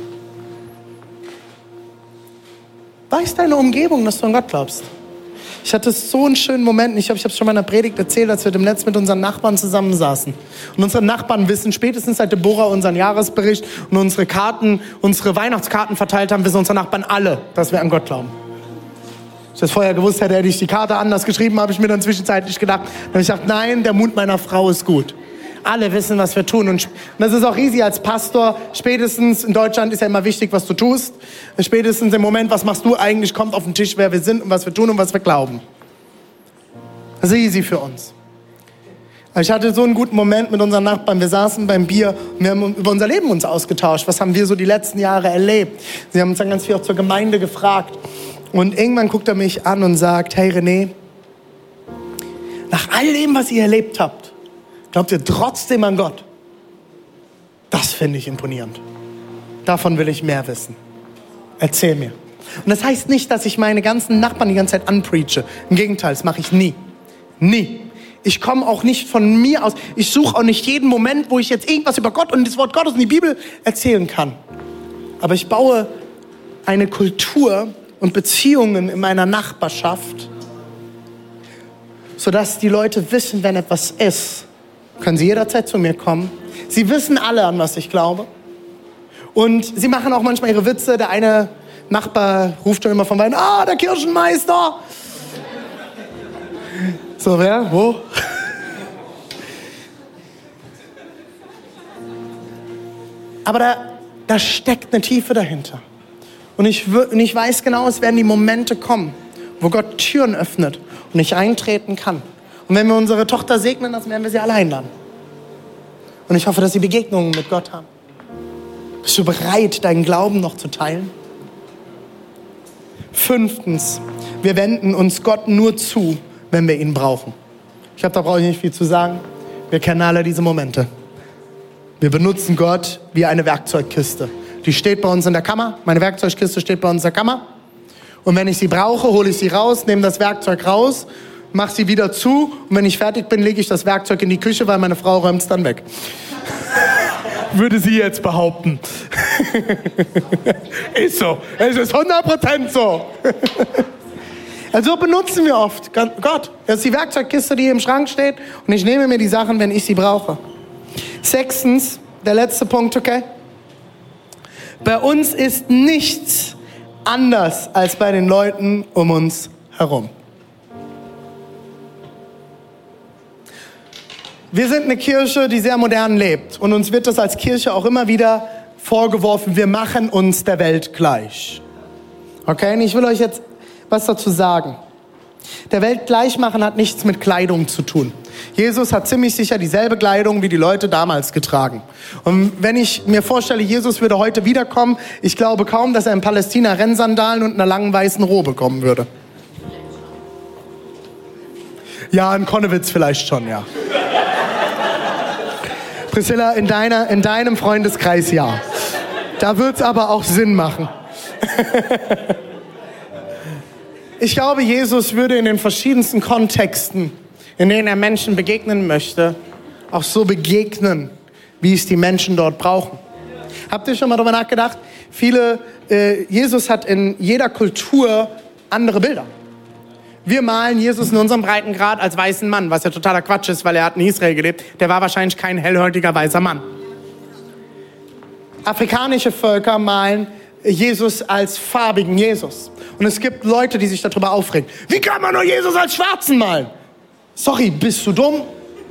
Weiß deine Umgebung, dass du an Gott glaubst. Ich hatte so einen schönen Moment, ich glaube, ich habe es schon mal in einer Predigt erzählt, als wir im Netz mit unseren Nachbarn zusammensaßen. Und unsere Nachbarn wissen, spätestens seit Deborah unseren Jahresbericht und unsere Karten, unsere Weihnachtskarten verteilt haben, wissen unsere Nachbarn alle, dass wir an Gott glauben. Wenn ich das vorher gewusst hätte, hätte ich die Karte anders geschrieben, habe ich mir dann zwischenzeitlich gedacht. Dann habe ich gedacht, nein, der Mund meiner Frau ist gut. Alle wissen, was wir tun. Und das ist auch easy als Pastor. Spätestens in Deutschland ist ja immer wichtig, was du tust. Spätestens im Moment, was machst du eigentlich, kommt auf den Tisch, wer wir sind und was wir tun und was wir glauben. Das ist easy für uns. Ich hatte so einen guten Moment mit unseren Nachbarn. Wir saßen beim Bier und wir haben über unser Leben uns ausgetauscht. Was haben wir so die letzten Jahre erlebt? Sie haben uns dann ganz viel auch zur Gemeinde gefragt. Und irgendwann guckt er mich an und sagt, hey René, nach all dem, was ihr erlebt habt, glaubt ihr trotzdem an Gott? Das finde ich imponierend. Davon will ich mehr wissen. Erzähl mir. Und das heißt nicht, dass ich meine ganzen Nachbarn die ganze Zeit anpreache. Im Gegenteil, das mache ich nie. Nie. Ich komme auch nicht von mir aus. Ich suche auch nicht jeden Moment, wo ich jetzt irgendwas über Gott und das Wort Gottes und die Bibel erzählen kann. Aber ich baue eine Kultur und Beziehungen in meiner Nachbarschaft, sodass die Leute wissen, wenn etwas ist, können sie jederzeit zu mir kommen. Sie wissen alle, an was ich glaube. Und sie machen auch manchmal ihre Witze. Der eine Nachbar ruft schon immer von Weihnachten, ah, der Kirchenmeister. So, wer? Wo? Aber da, da steckt eine Tiefe dahinter. Und ich, und ich weiß genau, es werden die Momente kommen, wo Gott Türen öffnet und ich eintreten kann. Und wenn wir unsere Tochter segnen, dann werden wir sie alle einladen. Und ich hoffe, dass sie Begegnungen mit Gott haben. Bist du bereit, deinen Glauben noch zu teilen? Fünftens, wir wenden uns Gott nur zu, wenn wir ihn brauchen. Ich glaube, da brauche ich nicht viel zu sagen. Wir kennen alle diese Momente. Wir benutzen Gott wie eine Werkzeugkiste. Die steht bei uns in der Kammer. Meine Werkzeugkiste steht bei uns in der Kammer. Und wenn ich sie brauche, hole ich sie raus, nehme das Werkzeug raus, mache sie wieder zu. Und wenn ich fertig bin, lege ich das Werkzeug in die Küche, weil meine Frau räumt es dann weg. Würde sie jetzt behaupten. Ist so. Es ist hundert Prozent so. Also benutzen wir oft Gott. Das ist die Werkzeugkiste, die hier im Schrank steht. Und ich nehme mir die Sachen, wenn ich sie brauche. Sechstens, der letzte Punkt, okay? Bei uns ist nichts anders als bei den Leuten um uns herum. Wir sind eine Kirche, die sehr modern lebt. Und uns wird das als Kirche auch immer wieder vorgeworfen, wir machen uns der Welt gleich. Okay, und ich will euch jetzt was dazu sagen. Der Welt gleichmachen hat nichts mit Kleidung zu tun. Jesus hat ziemlich sicher dieselbe Kleidung wie die Leute damals getragen. Und wenn ich mir vorstelle, Jesus würde heute wiederkommen, ich glaube kaum, dass er in Palästina Rennsandalen und einer langen weißen Robe kommen würde. Ja, in Konnewitz vielleicht schon, ja. Priscilla, in, deiner, in deinem Freundeskreis ja. Da wird es aber auch Sinn machen. Ich glaube, Jesus würde in den verschiedensten Kontexten, in denen er Menschen begegnen möchte, auch so begegnen, wie es die Menschen dort brauchen. Habt ihr schon mal darüber nachgedacht? Viele, äh, Jesus hat in jeder Kultur andere Bilder. Wir malen Jesus in unserem Breitengrad als weißen Mann, was ja totaler Quatsch ist, weil er hat in Israel gelebt. Der war wahrscheinlich kein hellhäutiger weißer Mann. Afrikanische Völker malen Jesus als farbigen Jesus. Und es gibt Leute, die sich darüber aufregen. Wie kann man nur Jesus als Schwarzen malen? Sorry, bist du dumm?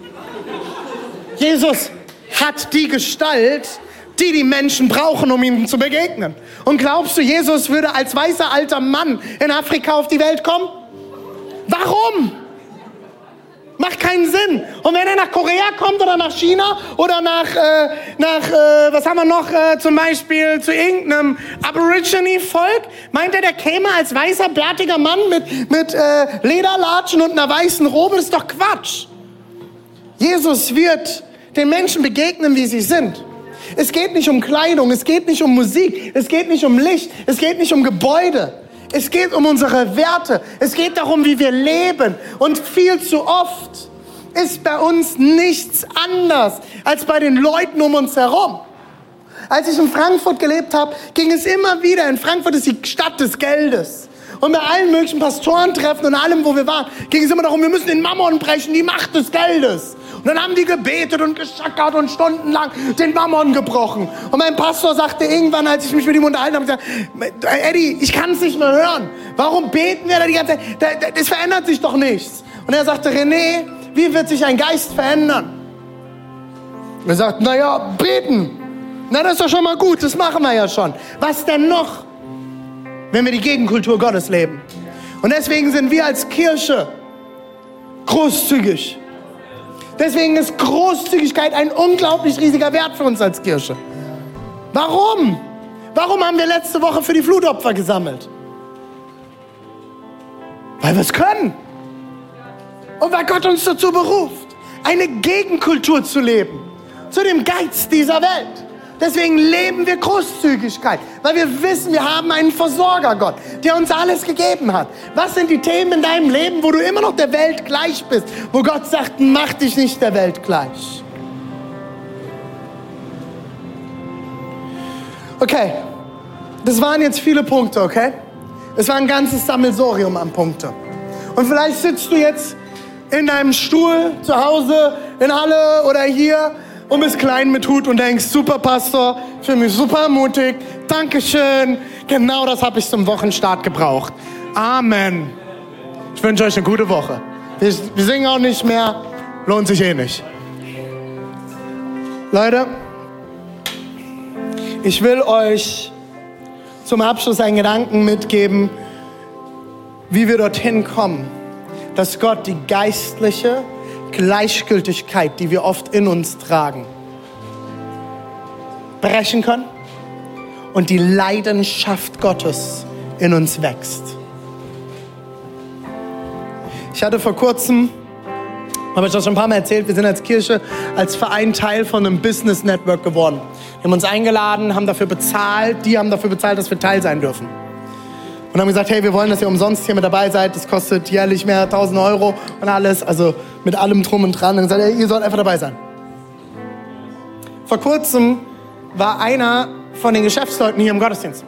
Jesus hat die Gestalt, die die Menschen brauchen, um ihm zu begegnen. Und glaubst du, Jesus würde als weißer alter Mann in Afrika auf die Welt kommen? Warum? Macht keinen Sinn. Und wenn er nach Korea kommt oder nach China oder nach, äh, nach äh, was haben wir noch, äh, zum Beispiel zu irgendeinem Aborigine-Volk, meint er, der käme als weißer, bärtiger Mann mit, mit äh, Lederlatschen und einer weißen Robe? Das ist doch Quatsch. Jesus wird den Menschen begegnen, wie sie sind. Es geht nicht um Kleidung, es geht nicht um Musik, es geht nicht um Licht, es geht nicht um Gebäude. Es geht um unsere Werte. Es geht darum, wie wir leben. Und viel zu oft ist bei uns nichts anders als bei den Leuten um uns herum. Als ich in Frankfurt gelebt habe, ging es immer wieder, in Frankfurt ist die Stadt des Geldes. Und bei allen möglichen Pastorentreffen und allem, wo wir waren, ging es immer darum, wir müssen den Mammon brechen, die Macht des Geldes. Und dann haben die gebetet und geschackert und stundenlang den Mammon gebrochen. Und mein Pastor sagte irgendwann, als ich mich mit ihm unterhalten habe, gesagt, Eddie, ich kann es nicht mehr hören. Warum beten wir da die ganze Zeit? Das verändert sich doch nichts. Und er sagte, René, wie wird sich ein Geist verändern? Und er sagt, naja, beten. Na, das ist doch schon mal gut, das machen wir ja schon. Was denn noch, wenn wir die Gegenkultur Gottes leben? Und deswegen sind wir als Kirche großzügig. Deswegen ist Großzügigkeit ein unglaublich riesiger Wert für uns als Kirche. Warum? Warum haben wir letzte Woche für die Flutopfer gesammelt? Weil wir es können. Und weil Gott uns dazu beruft, eine Gegenkultur zu leben, zu dem Geiz dieser Welt. Deswegen leben wir Großzügigkeit, weil wir wissen, wir haben einen Versorgergott, der uns alles gegeben hat. Was sind die Themen in deinem Leben, wo du immer noch der Welt gleich bist, wo Gott sagt, mach dich nicht der Welt gleich? Okay, das waren jetzt viele Punkte, okay? Es war ein ganzes Sammelsurium an Punkte. Und vielleicht sitzt du jetzt in deinem Stuhl zu Hause, in Halle oder hier und bist klein mit Hut und denkst, super Pastor, ich fühle mich super mutig, Dankeschön, genau das habe ich zum Wochenstart gebraucht. Amen. Ich wünsche euch eine gute Woche. Wir, wir singen auch nicht mehr, lohnt sich eh nicht. Leute, ich will euch zum Abschluss einen Gedanken mitgeben, wie wir dorthin kommen, dass Gott die geistliche Gleichgültigkeit, die wir oft in uns tragen, brechen kann und die Leidenschaft Gottes in uns wächst. Ich hatte vor kurzem, habe ich das schon ein paar Mal erzählt, wir sind als Kirche, als Verein Teil von einem Business Network geworden. Wir haben uns eingeladen, haben dafür bezahlt, die haben dafür bezahlt, dass wir Teil sein dürfen. Und haben gesagt, hey, wir wollen, dass ihr umsonst hier mit dabei seid. Das kostet jährlich mehr tausend Euro und alles, also mit allem drum und dran. Und gesagt, hey, ihr sollt einfach dabei sein. Vor kurzem war einer von den Geschäftsleuten hier im Gottesdienst.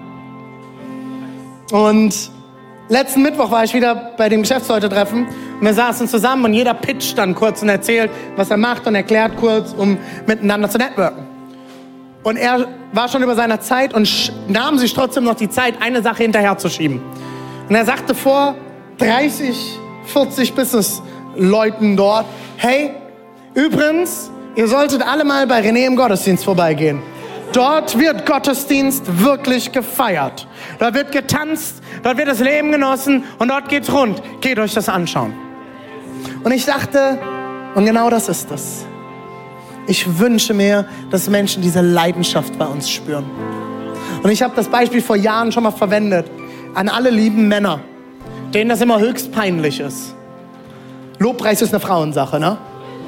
Und letzten Mittwoch war ich wieder bei dem Geschäftsleute-Treffen und wir saßen zusammen und jeder pitcht dann kurz und erzählt, was er macht und erklärt kurz, um miteinander zu networken. Und er war schon über seiner Zeit und sch- nahm sich trotzdem noch die Zeit, eine Sache hinterherzuschieben. Und er sagte vor dreißig, vierzig Business-Leuten dort, hey, übrigens, ihr solltet alle mal bei René im Gottesdienst vorbeigehen. Dort wird Gottesdienst wirklich gefeiert. Dort wird getanzt, dort wird das Leben genossen und dort geht's rund. Geht euch das anschauen. Und ich dachte, und genau das ist es. Ich wünsche mir, dass Menschen diese Leidenschaft bei uns spüren. Und ich habe das Beispiel vor Jahren schon mal verwendet. An alle lieben Männer, denen das immer höchst peinlich ist. Lobpreis ist eine Frauensache, ne?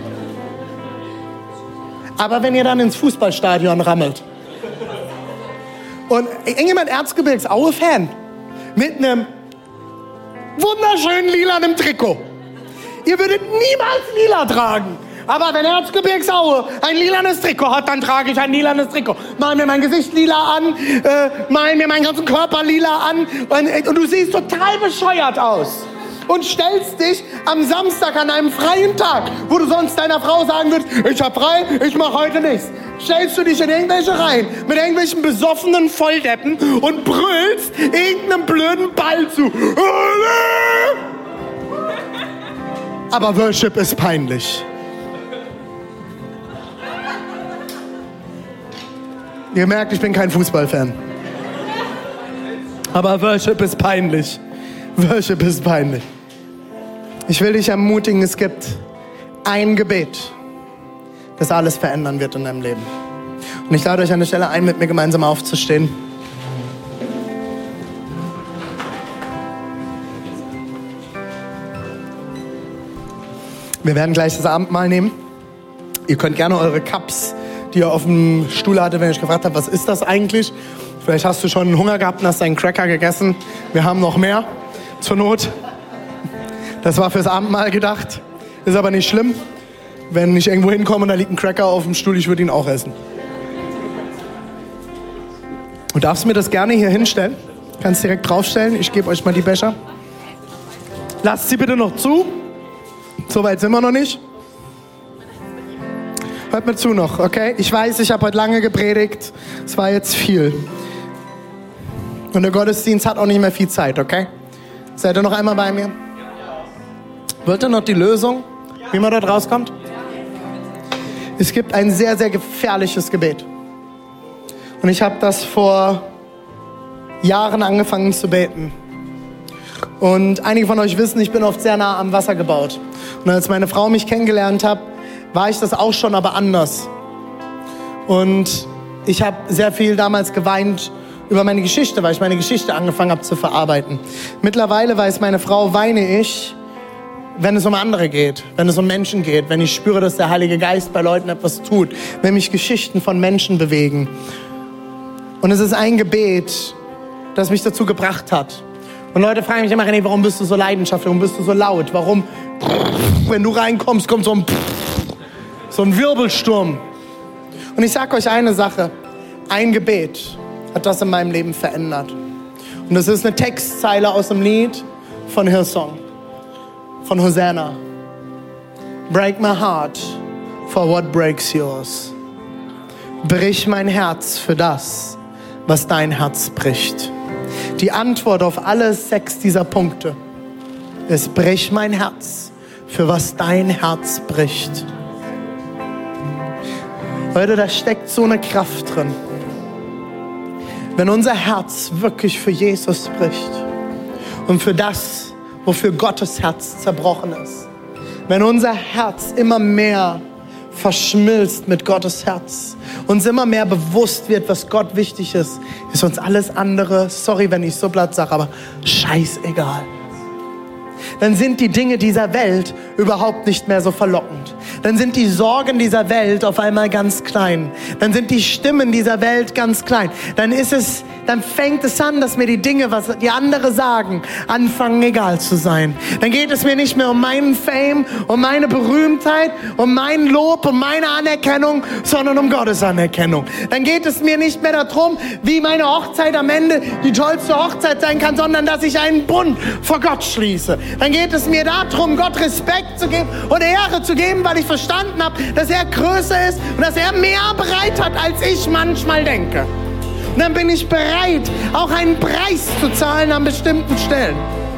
Aber wenn ihr dann ins Fußballstadion rammelt und irgendjemand Erzgebirgsaue-Fan mit einem wunderschönen lilanen Trikot. Ihr würdet niemals lila tragen. Aber wenn Erzgebirgsaue ein lilanes Trikot hat, dann trage ich ein lilanes Trikot. Mal mir mein Gesicht lila an, äh, mal mir meinen ganzen Körper lila an und, und du siehst total bescheuert aus. Und stellst dich am Samstag an einem freien Tag, wo du sonst deiner Frau sagen würdest, ich hab frei, ich mach heute nichts. Stellst du dich in irgendwelche Reihen mit irgendwelchen besoffenen Volldeppen und brüllst irgendeinem blöden Ball zu. Aber Worship ist peinlich. Ihr merkt, ich bin kein Fußballfan. Aber Worship ist peinlich. Worship ist peinlich. Ich will dich ermutigen, es gibt ein Gebet, das alles verändern wird in deinem Leben. Und ich lade euch an der Stelle ein, mit mir gemeinsam aufzustehen. Wir werden gleich das Abendmahl nehmen. Ihr könnt gerne eure Cups, die ihr auf dem Stuhl hattet, wenn ich gefragt habe, was ist das eigentlich? Vielleicht hast du schon Hunger gehabt und hast deinen Cracker gegessen. Wir haben noch mehr, zur Not. Das war fürs Abendmahl gedacht. Ist aber nicht schlimm. Wenn ich irgendwo hinkomme und da liegt ein Cracker auf dem Stuhl, ich würde ihn auch essen. Du darfst mir das gerne hier hinstellen. Kannst direkt draufstellen. Ich gebe euch mal die Becher. Lasst sie bitte noch zu. So weit sind wir noch nicht. Hört mir zu noch, okay? Ich weiß, ich habe heute lange gepredigt. Es war jetzt viel. Und der Gottesdienst hat auch nicht mehr viel Zeit, okay? Seid ihr noch einmal bei mir? Wollt ihr noch die Lösung, wie man dort rauskommt? Es gibt ein sehr, sehr gefährliches Gebet. Und ich habe das vor Jahren angefangen zu beten. Und einige von euch wissen, ich bin oft sehr nah am Wasser gebaut. Und als meine Frau mich kennengelernt hat, war ich das auch schon, aber anders. Und ich habe sehr viel damals geweint über meine Geschichte, weil ich meine Geschichte angefangen habe zu verarbeiten. Mittlerweile, weiß meine Frau, weine ich, wenn es um andere geht, wenn es um Menschen geht, wenn ich spüre, dass der Heilige Geist bei Leuten etwas tut, wenn mich Geschichten von Menschen bewegen. Und es ist ein Gebet, das mich dazu gebracht hat. Und Leute fragen mich immer, René, warum bist du so leidenschaftlich, warum bist du so laut, warum, wenn du reinkommst, kommt so ein, so ein Wirbelsturm. Und ich sage euch eine Sache, ein Gebet hat das in meinem Leben verändert. Und das ist eine Textzeile aus dem Lied von Hillsong. Von Hosanna. Break my heart for what breaks yours. Brich mein Herz für das, was dein Herz bricht. Die Antwort auf alle sechs dieser Punkte ist, brich mein Herz für was dein Herz bricht. Leute, da steckt so eine Kraft drin. Wenn unser Herz wirklich für Jesus bricht und für das, wofür Gottes Herz zerbrochen ist. Wenn unser Herz immer mehr verschmilzt mit Gottes Herz, uns immer mehr bewusst wird, was Gott wichtig ist, ist uns alles andere, sorry, wenn ich so platt sage, aber scheißegal. Dann sind die Dinge dieser Welt überhaupt nicht mehr so verlockend. Dann sind die Sorgen dieser Welt auf einmal ganz klein. Dann sind die Stimmen dieser Welt ganz klein. Dann ist es dann fängt es an, dass mir die Dinge, was die anderen sagen, anfangen egal zu sein. Dann geht es mir nicht mehr um meinen Fame, um meine Berühmtheit, um mein Lob, um meine Anerkennung, sondern um Gottes Anerkennung. Dann geht es mir nicht mehr darum, wie meine Hochzeit am Ende die tollste Hochzeit sein kann, sondern dass ich einen Bund vor Gott schließe. Dann geht es mir darum, Gott Respekt zu geben und Ehre zu geben, weil ich verstanden habe, dass er größer ist und dass er mehr bereit hat, als ich manchmal denke. Und dann bin ich bereit, auch einen Preis zu zahlen an bestimmten Stellen.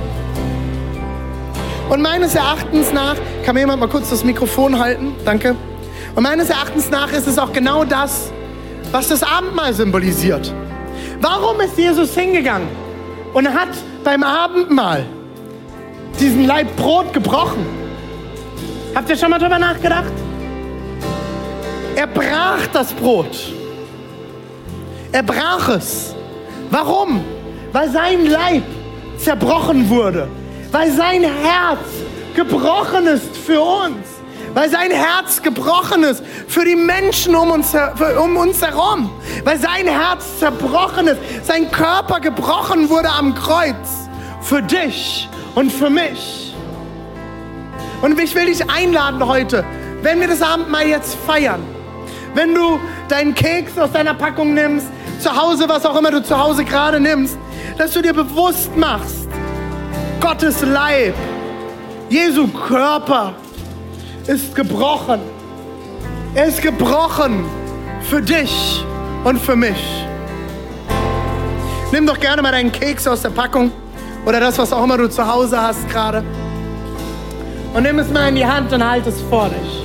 Und meines Erachtens nach, kann mir jemand mal kurz das Mikrofon halten? Danke. Und meines Erachtens nach ist es auch genau das, was das Abendmahl symbolisiert. Warum ist Jesus hingegangen und hat beim Abendmahl diesen Laib Brot gebrochen? Habt ihr schon mal drüber nachgedacht? Er brach das Brot. Er brach es. Warum? Weil sein Leib zerbrochen wurde. Weil sein Herz gebrochen ist für uns. Weil sein Herz gebrochen ist für die Menschen um uns, um uns herum. Weil sein Herz zerbrochen ist. Sein Körper gebrochen wurde am Kreuz. Für dich und für mich. Und ich will dich einladen heute, wenn wir das Abendmahl jetzt feiern, wenn du deinen Keks aus deiner Packung nimmst, zu Hause, was auch immer du zu Hause gerade nimmst, dass du dir bewusst machst, Gottes Leib, Jesu Körper ist gebrochen. Er ist gebrochen für dich und für mich. Nimm doch gerne mal deinen Keks aus der Packung oder das, was auch immer du zu Hause hast gerade. Und nimm es mal in die Hand und halt es vor dich.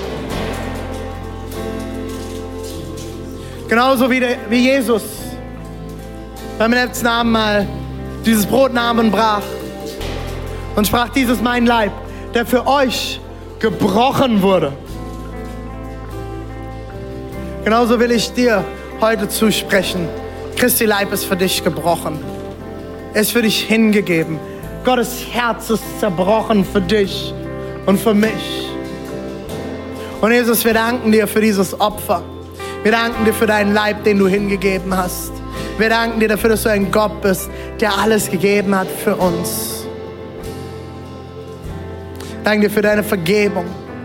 Genauso wie, der, wie Jesus beim letzten Abendmahl dieses Brot nahm und brach und sprach, dies ist mein Leib, der für euch gebrochen wurde. Genauso will ich dir heute zusprechen, Christi Leib ist für dich gebrochen. Er ist für dich hingegeben. Gottes Herz ist zerbrochen für dich und für mich. Und Jesus, wir danken dir für dieses Opfer. Wir danken dir für deinen Leib, den du hingegeben hast. Wir danken dir dafür, dass du ein Gott bist, der alles gegeben hat für uns. Danke dir für deine Vergebung.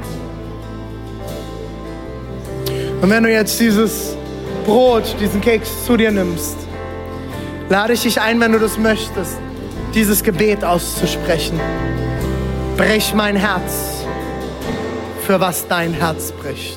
Und wenn du jetzt dieses Brot, diesen Keks zu dir nimmst, lade ich dich ein, wenn du das möchtest, dieses Gebet auszusprechen. Brich mein Herz, für was dein Herz bricht.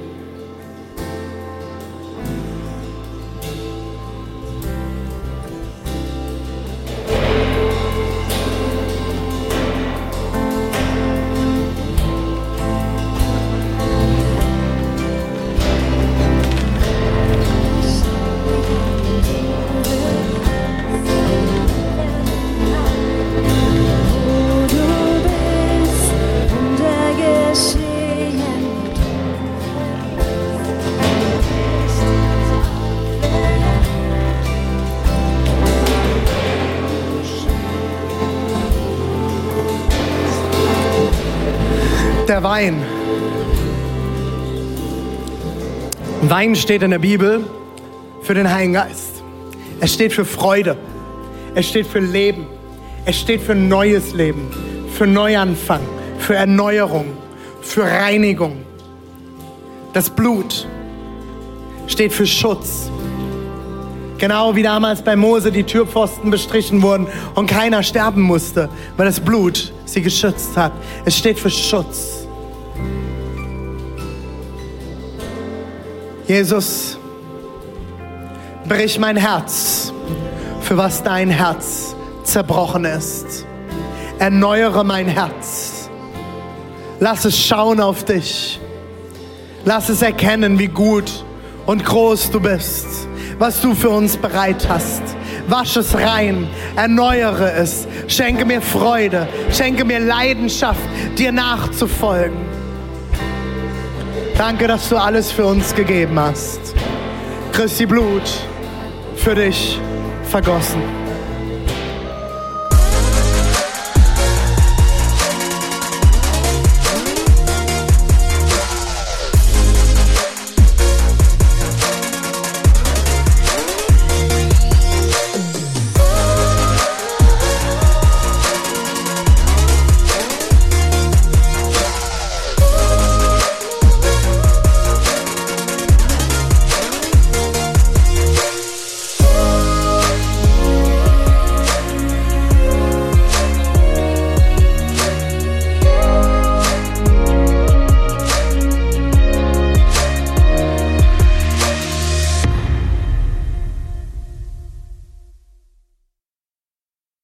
Der Wein. Wein steht in der Bibel für den Heiligen Geist. Es steht für Freude. Es steht für Leben. Es steht für neues Leben, für Neuanfang, für Erneuerung, für Reinigung. Das Blut steht für Schutz. Genau wie damals bei Mose die Türpfosten bestrichen wurden und keiner sterben musste, weil das Blut sie geschützt hat. Es steht für Schutz. Jesus, brich mein Herz, für was dein Herz zerbrochen ist. Erneuere mein Herz. Lass es schauen auf dich. Lass es erkennen, wie gut und groß du bist, was du für uns bereit hast. Wasch es rein, erneuere es, schenke mir Freude, schenke mir Leidenschaft, dir nachzufolgen. Danke, dass du alles für uns gegeben hast. Christi Blut für dich vergossen.